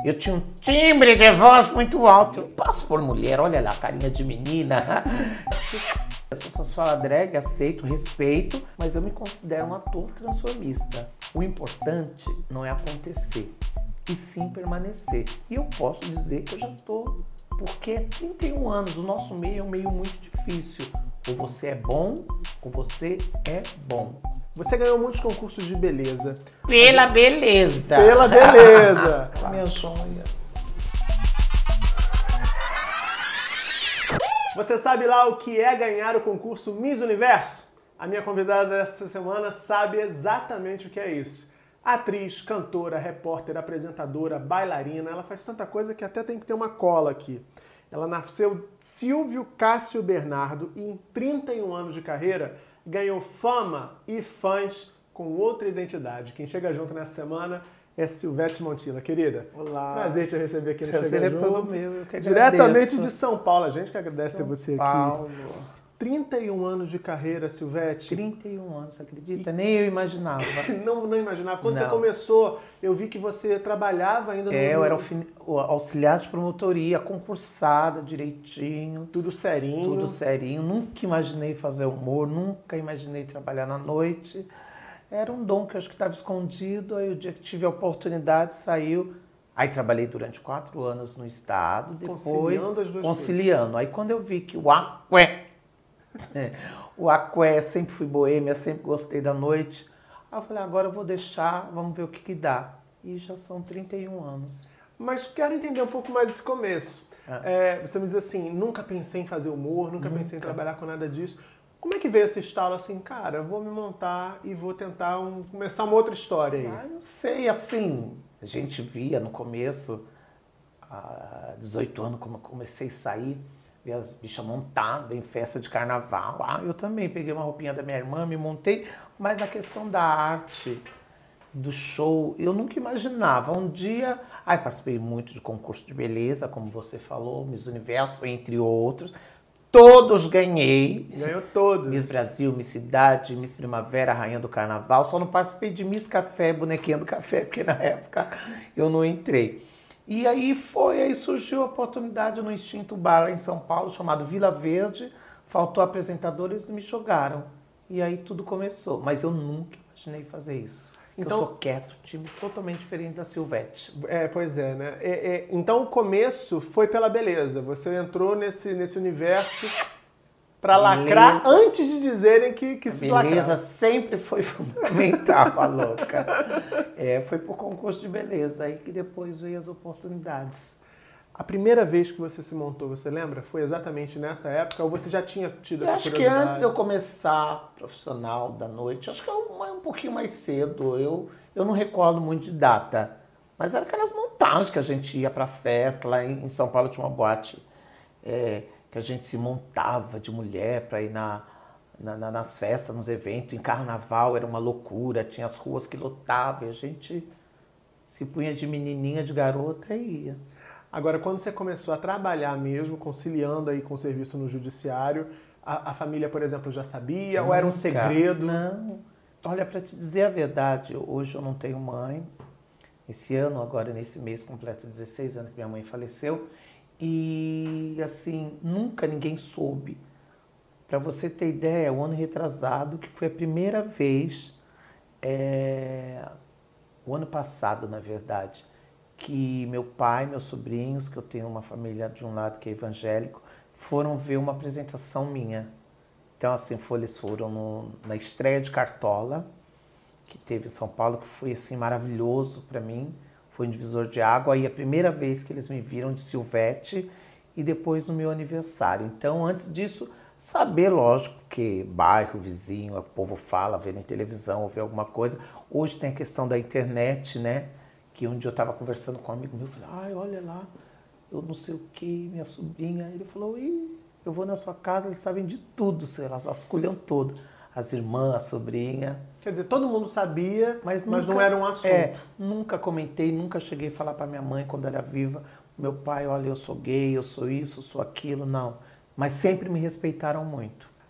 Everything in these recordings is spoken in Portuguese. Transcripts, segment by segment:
Eu tinha um timbre de voz muito alto. Eu passo por mulher, olha lá, carinha de menina. As pessoas falam drag, aceito, respeito, mas eu me considero um ator transformista. O importante não é acontecer, e sim permanecer. E eu posso dizer que eu já estou, porque é 31 anos, o nosso meio é um meio muito difícil. Ou você é bom, ou você é bom. Você ganhou muitos concursos de beleza. Pela beleza. Pela beleza. Minha joia. Você sabe lá o que é ganhar o concurso Miss Universo? A minha convidada dessa semana sabe exatamente o que é isso. Atriz, cantora, repórter, apresentadora, bailarina, ela faz tanta coisa que até tem que ter uma cola aqui. Ela nasceu Silvio Cássio Bernardo e em 31 anos de carreira ganhou fama e fãs com outra identidade. Quem chega junto nessa semana é Silvete Montilla. Querida, olá. Prazer te receber aqui no Chega Prazer Junto. É todo meu, eu que diretamente agradeço. de São Paulo. A gente que agradece São você Paulo. aqui. 31 anos de carreira, Silvete. 31 anos, acredita? Nem eu imaginava. Não imaginava. Quando você Não. começou, eu vi que você trabalhava ainda no... Eu era o auxiliar de promotoria, concursada direitinho. Tudo serinho. Tudo serinho. Nunca imaginei fazer humor, nunca imaginei trabalhar na noite. Era um dom que eu acho que estava escondido. Aí o dia que tive a oportunidade, saiu. Aí trabalhei durante 4 anos no estado. Depois, conciliando as duas conciliando. Aí quando eu vi que o aqué, sempre fui boêmia, sempre gostei da noite. Aí eu falei, agora eu vou deixar, vamos ver o que que dá. E já são 31 anos. Mas quero entender um pouco mais esse começo. Você me diz assim, nunca pensei em fazer humor, nunca pensei em trabalhar com nada disso. Como é que veio esse estalo assim, cara, eu vou me montar e vou tentar começar uma outra história aí? Ah, não sei, assim, a gente via no começo, há 18 anos, como eu comecei a sair, via as bichas montadas em festa de carnaval. Ah, eu também peguei uma roupinha da minha irmã, me montei, mas na questão da arte, do show, eu nunca imaginava. Um dia, participei muito de concurso de beleza, como você falou, Miss Universo, entre outros. Todos ganhei. Ganhou todos. Miss Brasil, Miss Cidade, Miss Primavera, Rainha do Carnaval. Só não participei de Miss Café, Bonequinha do Café, porque na época eu não entrei. E aí surgiu a oportunidade no Instinto Bar em São Paulo, chamado Vila Verde. Faltou apresentador, eles me jogaram. E aí tudo começou. Mas eu nunca imaginei fazer isso. Então, eu sou quieto, time totalmente diferente da Silvete. Pois é, né? Então o começo foi pela beleza. Você entrou nesse universo para lacrar antes de dizerem que se lacrava. Beleza sempre foi fundamental, a louca. Foi por concurso de beleza, aí que depois veio as oportunidades. A primeira vez que você se montou, você lembra? Foi exatamente nessa época ou você já tinha tido essa curiosidade? Acho que antes de eu começar profissional da noite, acho que um pouquinho mais cedo, eu não recordo muito de data, mas era aquelas montagens que a gente ia pra festa, lá em São Paulo tinha uma boate que a gente se montava de mulher para ir nas festas, nos eventos, em carnaval era uma loucura, tinha as ruas que lotavam e a gente se punha de menininha, de garota e ia. Agora, quando você começou a trabalhar mesmo, conciliando aí com o serviço no judiciário, a família, por exemplo, já sabia? Ou era um segredo? Não. Olha, para te dizer a verdade, hoje eu não tenho mãe. Esse ano, agora nesse mês, completa 16 anos que minha mãe faleceu. E, assim, nunca ninguém soube. Para você ter ideia, o ano retrasado, que foi a primeira vez, o ano passado, na verdade, que meu pai, meus sobrinhos, que eu tenho uma família de um lado que é evangélico, foram ver uma apresentação minha. Então, assim, eles foram na estreia de Cartola, que teve em São Paulo, que foi, assim, maravilhoso para mim. Foi um divisor de água. Aí a primeira vez que eles me viram de Silvete e depois no meu aniversário. Então, antes disso, saber, lógico, que bairro, vizinho, o povo fala, vê na televisão, ou vê alguma coisa. Hoje tem a questão da internet, né? Que um dia eu estava conversando com um amigo meu, eu falei, olha lá, eu não sei o que, minha sobrinha. Ele falou, eu vou na sua casa, eles sabem de tudo, elas vasculham todo. As irmãs, a sobrinha. Quer dizer, todo mundo sabia, mas nunca, não era um assunto. Nunca comentei, nunca cheguei a falar para minha mãe quando era viva, meu pai, olha, eu sou gay, eu sou isso, eu sou aquilo, não. Mas sempre me respeitaram muito.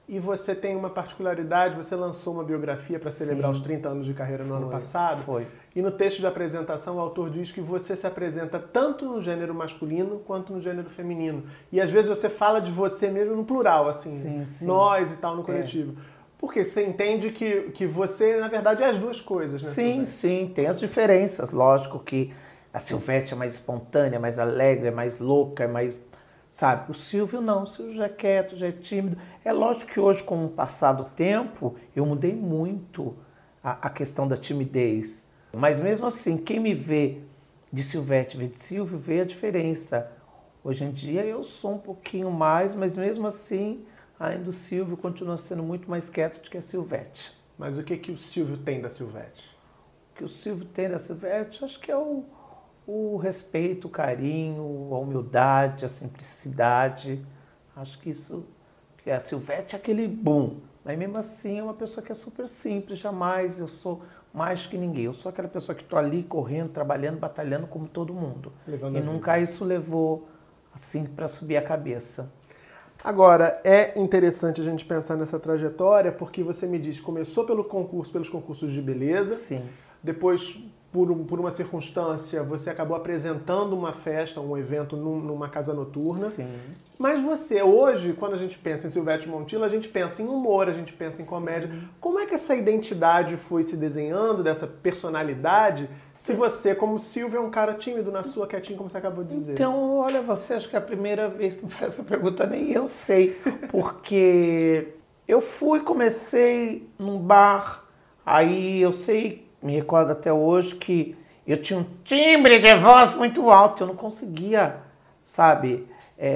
E você tem uma particularidade, você lançou uma biografia para celebrar os 30 anos de carreira no ano passado. Foi. E no texto de apresentação, o autor diz que você se apresenta tanto no gênero masculino quanto no gênero feminino. E às vezes você fala de você mesmo no plural, assim, nós e tal, no coletivo. Porque você entende que você, na verdade, é as duas coisas, né? Sim, sim, tem as diferenças. Lógico que a Silvete é mais espontânea, mais alegre, é mais louca, é mais... Sabe, o Silvio não, o Silvio já é quieto, já é tímido. É lógico que hoje, com o passar do tempo, eu mudei muito a questão da timidez. Mas mesmo assim, quem me vê de Silvete, vê de Silvio, vê a diferença. Hoje em dia eu sou um pouquinho mais, mas mesmo assim, ainda o Silvio continua sendo muito mais quieto do que a Silvete. Mas o que o Silvio tem da Silvete? O que o Silvio tem da Silvete, acho que é o respeito, o carinho, a humildade, a simplicidade. Acho que isso... Porque a Silvete é aquele boom, mas mesmo assim é uma pessoa que é super simples, jamais eu sou mais que ninguém. Eu sou aquela pessoa que estou ali correndo, trabalhando, batalhando como todo mundo. E nunca isso levou assim para subir a cabeça. Agora, é interessante a gente pensar nessa trajetória, porque você me diz que começou pelos concursos de beleza. Sim. Depois, por uma circunstância, você acabou apresentando uma festa, um evento numa casa noturna. Sim. Mas você, hoje, quando a gente pensa em Silvete Montilla, a gente pensa em humor, a gente pensa em comédia. Como é que essa identidade foi se desenhando, dessa personalidade, se você, como Silvio, é um cara tímido na sua, quietinho, como você acabou de dizer? Então, olha, você acho que é a primeira vez que me faz essa pergunta, nem eu sei, porque eu comecei num bar, aí eu sei, me recordo até hoje que eu tinha um timbre de voz muito alto, eu não conseguia, sabe,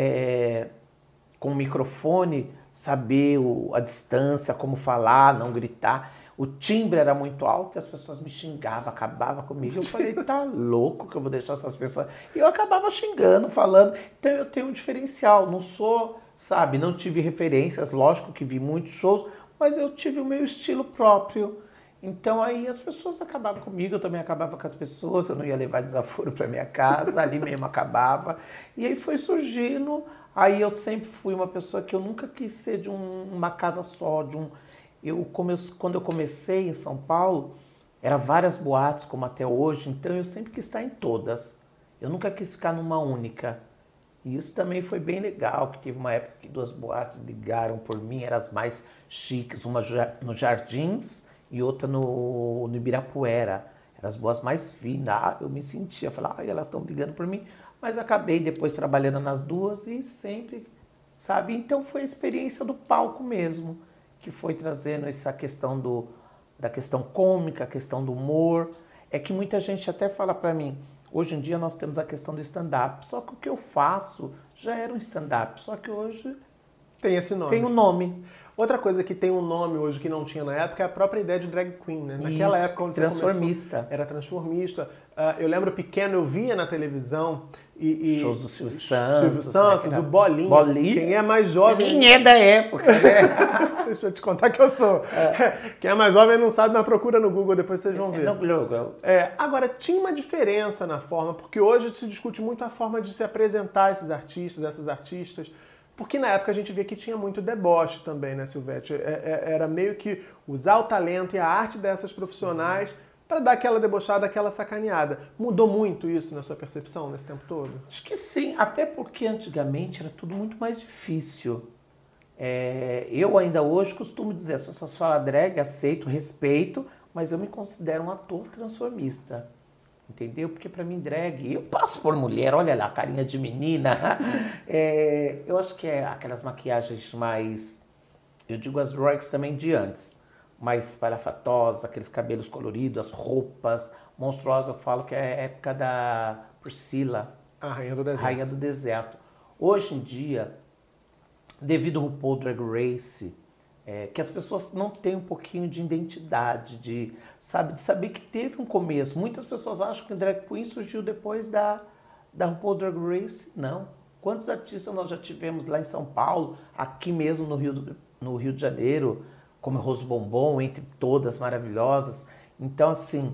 com o microfone, saber a distância, como falar, não gritar. O timbre era muito alto e as pessoas me xingavam, acabavam comigo. Eu falei, tá louco que eu vou deixar essas pessoas... E eu acabava xingando, falando. Então eu tenho um diferencial, não sou, sabe, não tive referências, lógico que vi muitos shows, mas eu tive o meu estilo próprio. Então aí as pessoas acabavam comigo, eu também acabava com as pessoas, eu não ia levar desaforo para minha casa, ali mesmo acabava. E aí foi surgindo, aí eu sempre fui uma pessoa que eu nunca quis ser de uma casa só, quando eu comecei em São Paulo, eram várias boates, como até hoje, então eu sempre quis estar em todas. Eu nunca quis ficar numa única. E isso também foi bem legal, que teve uma época que 2 boates ligaram por mim, eram as mais chiques, uma no Jardins e outra no Ibirapuera. Eram as boas mais finas, eu me sentia, falava, elas estão ligando por mim, mas acabei depois trabalhando nas duas e sempre, sabe? Então foi a experiência do palco mesmo, que foi trazendo essa questão da questão cômica, a questão do humor. É que muita gente até fala para mim, hoje em dia nós temos a questão do stand-up, só que o que eu faço já era um stand-up, só que hoje tem esse nome. Tem um nome. Outra coisa que tem um nome hoje que não tinha na época é a própria ideia de drag queen, né? Naquela época, quando transformista. Você começou, era transformista. Eu lembro pequeno, eu via na televisão shows do Silvio Santos, né? O Bolinha. Quem é mais jovem... Nem é da época, né? Deixa eu te contar que eu sou. Quem é mais jovem não sabe, mas procura no Google, depois vocês vão ver. No Google. Agora, tinha uma diferença na forma, porque hoje se discute muito a forma de se apresentar esses artistas, essas artistas, porque na época a gente via que tinha muito deboche também, né, Silvete? Era meio que usar o talento e a arte dessas profissionais para dar aquela debochada, aquela sacaneada. Mudou muito isso na sua percepção nesse tempo todo? Acho que sim, até porque antigamente era tudo muito mais difícil. Eu ainda hoje costumo dizer, as pessoas falam drag, aceito, respeito, mas eu me considero um ator transformista. Entendeu? Porque para mim drag, eu passo por mulher, olha lá, carinha de menina. Eu acho que é aquelas maquiagens mais, eu digo as drags também de antes, mais espalhafatosas, aqueles cabelos coloridos, as roupas monstruosas. Eu falo que é a época da Priscila, a Rainha do Deserto. Rainha do Deserto. Hoje em dia, devido ao RuPaul Drag Race, que as pessoas não têm um pouquinho de identidade, de saber que teve um começo. Muitas pessoas acham que o drag queen surgiu depois da RuPaul Drag Race. Não. Quantos artistas nós já tivemos lá em São Paulo, aqui mesmo no Rio de Janeiro, como Rose Bombom, entre todas maravilhosas. Então, assim,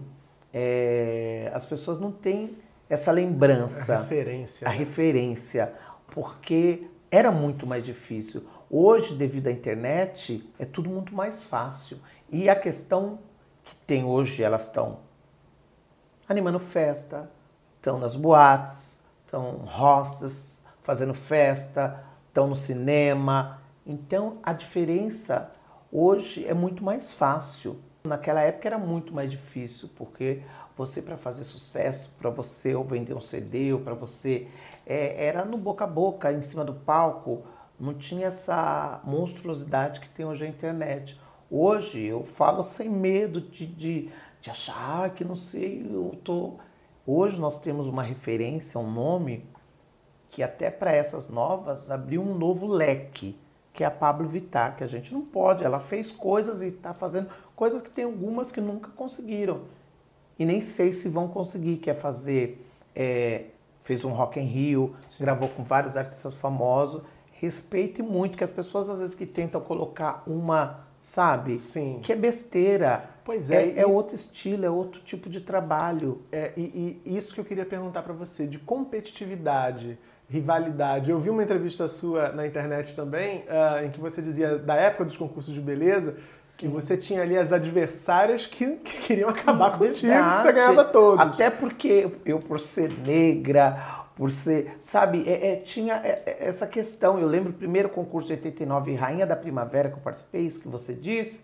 as pessoas não têm essa lembrança. A referência. A referência, porque era muito mais difícil. Hoje, devido à internet, é tudo muito mais fácil. E a questão que tem hoje, elas estão animando festa, estão nas boates, estão hostes, fazendo festa, estão no cinema. Então, a diferença hoje é muito mais fácil. Naquela época era muito mais difícil, porque você, para fazer sucesso, para você ou vender um CD, ou para você, era no boca a boca, em cima do palco, não tinha essa monstruosidade que tem hoje a internet. Hoje eu falo sem medo de achar que não sei, eu tô... Hoje nós temos uma referência, um nome, que até para essas novas abriu um novo leque, que é a Pabllo Vittar, que a gente não pode. Ela fez coisas e está fazendo coisas que tem algumas que nunca conseguiram. E nem sei se vão conseguir, que é fazer... fez um Rock in Rio, gravou com vários artistas famosos. Respeite muito, que as pessoas às vezes que tentam colocar uma, sabe? Sim. Que é besteira. Pois é. É outro estilo, é outro tipo de trabalho. E isso que eu queria perguntar para você, de competitividade, rivalidade. Eu vi uma entrevista sua na internet também, em que você dizia, da época dos concursos de beleza, sim, que você tinha ali as adversárias que queriam acabar contigo, que você ganhava todos. Até porque eu, por ser negra, por ser, sabe, tinha essa questão. Eu lembro o primeiro concurso de 89, Rainha da Primavera, que eu participei, isso que você disse.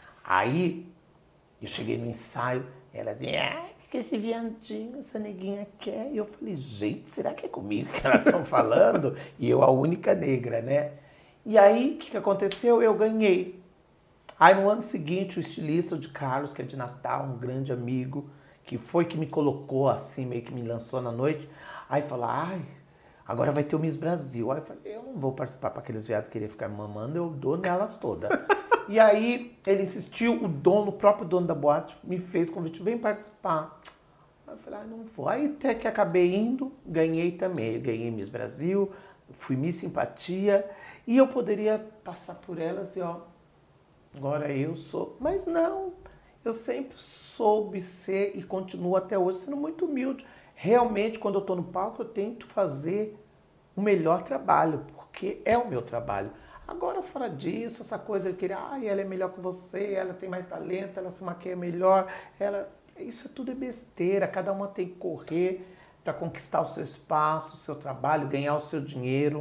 Aí, eu cheguei no ensaio, elas diziam, o que esse viandinho, essa neguinha quer? E eu falei, gente, será que é comigo que elas estão falando? E eu, a única negra, né? E aí, o que aconteceu? Eu ganhei. Aí, no ano seguinte, o estilista de Carlos, que é de Natal, um grande amigo, que me colocou assim, meio que me lançou na noite. Aí falou, agora vai ter o Miss Brasil. Aí eu falei, eu não vou participar para aqueles viados que queriam ficar me mamando, eu dou nelas todas. E aí ele insistiu, o próprio dono da boate me fez convite, vem participar. Aí eu falei, não vou. Aí até que acabei indo, ganhei também. Eu ganhei Miss Brasil, fui Miss Simpatia, e eu poderia passar por elas e agora eu sou. Mas não, eu sempre soube ser e continuo até hoje sendo muito humilde. Realmente, quando eu estou no palco, eu tento fazer o melhor trabalho, porque é o meu trabalho. Agora, fora disso, essa coisa de querer, ela é melhor que você, ela tem mais talento, ela se maquia melhor, isso tudo é besteira. Cada uma tem que correr para conquistar o seu espaço, o seu trabalho, ganhar o seu dinheiro.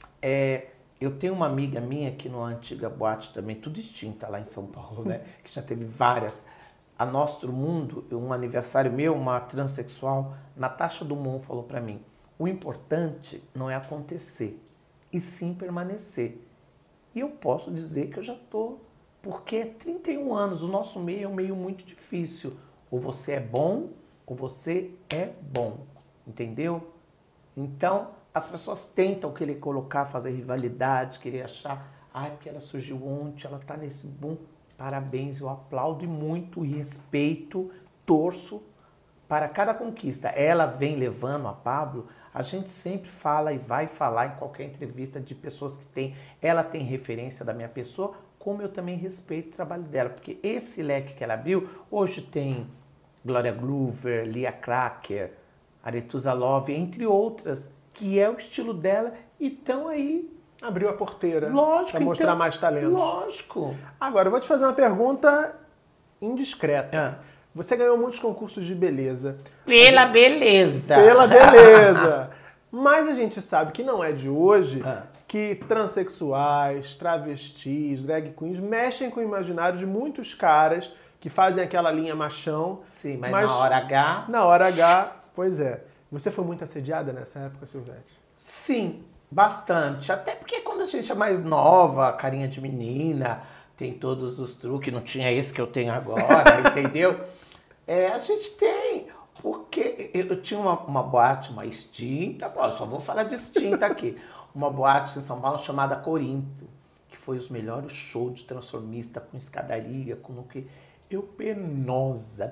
Eu tenho uma amiga minha aqui numa antiga boate também, tudo extinta lá em São Paulo, né? Que já teve várias. A Nostro Mundo, um aniversário meu, uma transexual, Natasha Dumont, falou para mim, o importante não é acontecer, e sim permanecer. E eu posso dizer que eu já estou, porque 31 anos, o nosso meio é um meio muito difícil. Ou você é bom, ou você é bom, entendeu? Então, as pessoas tentam querer colocar, fazer rivalidade, querer achar, porque ela surgiu ontem, ela está nesse boom. Parabéns, eu aplaudo e muito, respeito, torço para cada conquista. Ela vem levando a Pabllo, a gente sempre fala e vai falar em qualquer entrevista de pessoas que ela tem referência da minha pessoa, como eu também respeito o trabalho dela, porque esse leque que ela abriu, hoje tem Gloria Groover, Lia Cracker, Arethusa Love, entre outras, que é o estilo dela e estão aí. Abriu a porteira para mostrar mais talentos. Lógico. Agora, eu vou te fazer uma pergunta indiscreta. Você ganhou muitos concursos de beleza. Pela beleza. Pela beleza. Mas a gente sabe que não é de hoje que transexuais, travestis, drag queens mexem com o imaginário de muitos caras que fazem aquela linha machão. Sim, mas na hora H... Na hora H, pois é. Você foi muito assediada nessa época, Silvete? Sim. Bastante, até porque quando a gente é mais nova, carinha de menina, tem todos os truques, não tinha esse que eu tenho agora, entendeu? A gente tem, porque eu tinha uma boate, uma extinta, eu só vou falar de extinta aqui, uma boate em São Paulo chamada Corinto, que foi os melhores shows de transformista, com escadaria, com o que... Eu penosa,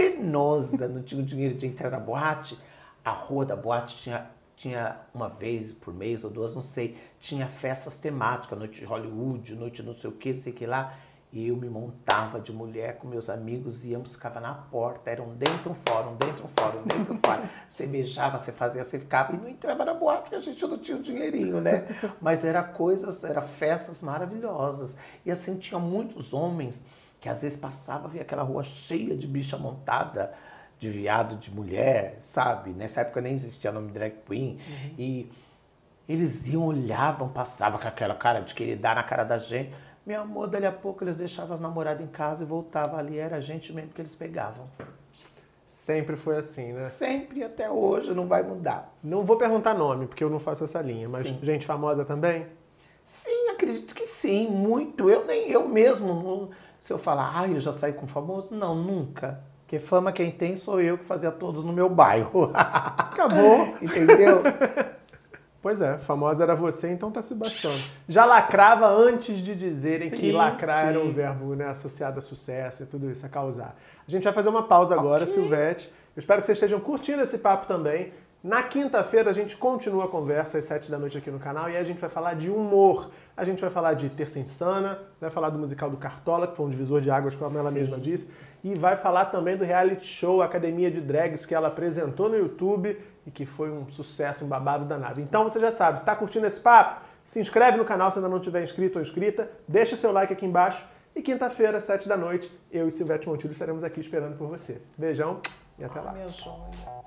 não tinha o dinheiro de entrar na boate, a rua da boate tinha uma vez por mês ou duas, não sei, tinha festas temáticas, noite de Hollywood, noite não sei o que lá. E eu me montava de mulher com meus amigos, íamos, ficava na porta, era um dentro, um fora, um dentro, um fora, um dentro, um fora. Você beijava, você fazia, você ficava, e não entrava na boate, porque a gente não tinha o dinheirinho, né? Mas era festas maravilhosas. E assim, tinha muitos homens que às vezes passavam, via aquela rua cheia de bicha montada, de viado, de mulher, sabe? Nessa época nem existia nome drag queen. E eles iam, olhavam, passavam com aquela cara de querer dar na cara da gente. Meu amor, dali a pouco eles deixavam as namoradas em casa e voltavam ali. Era a gente mesmo que eles pegavam. Sempre foi assim, né? Sempre, até hoje, não vai mudar. Não vou perguntar nome, porque eu não faço essa linha, mas Sim. gente famosa também? Sim, acredito que sim, muito. Eu mesmo, se eu falar, eu já saí com famoso, não, nunca. Porque fama quem tem sou eu que fazia todos no meu bairro. Acabou. Entendeu? Pois é, famosa era você, então tá se bastando. Já lacrava antes de dizerem que lacrar era um verbo, né, associado a sucesso e tudo isso, a causar. A gente vai fazer uma pausa agora, Silvete. Eu espero que vocês estejam curtindo esse papo também. Na quinta-feira a gente continua a conversa às 7 da noite aqui no canal e a gente vai falar de humor. A gente vai falar de Terça Insana, vai falar do musical do Cartola, que foi um divisor de águas, como ela mesma disse, e vai falar também do reality show Academia de Drags que ela apresentou no YouTube e que foi um sucesso, um babado danado. Então você já sabe, se está curtindo esse papo, se inscreve no canal se ainda não tiver inscrito ou inscrita, deixa seu like aqui embaixo e quinta-feira, às 7 da noite, eu e Silvete Montilho estaremos aqui esperando por você. Beijão e até lá. Minha joia.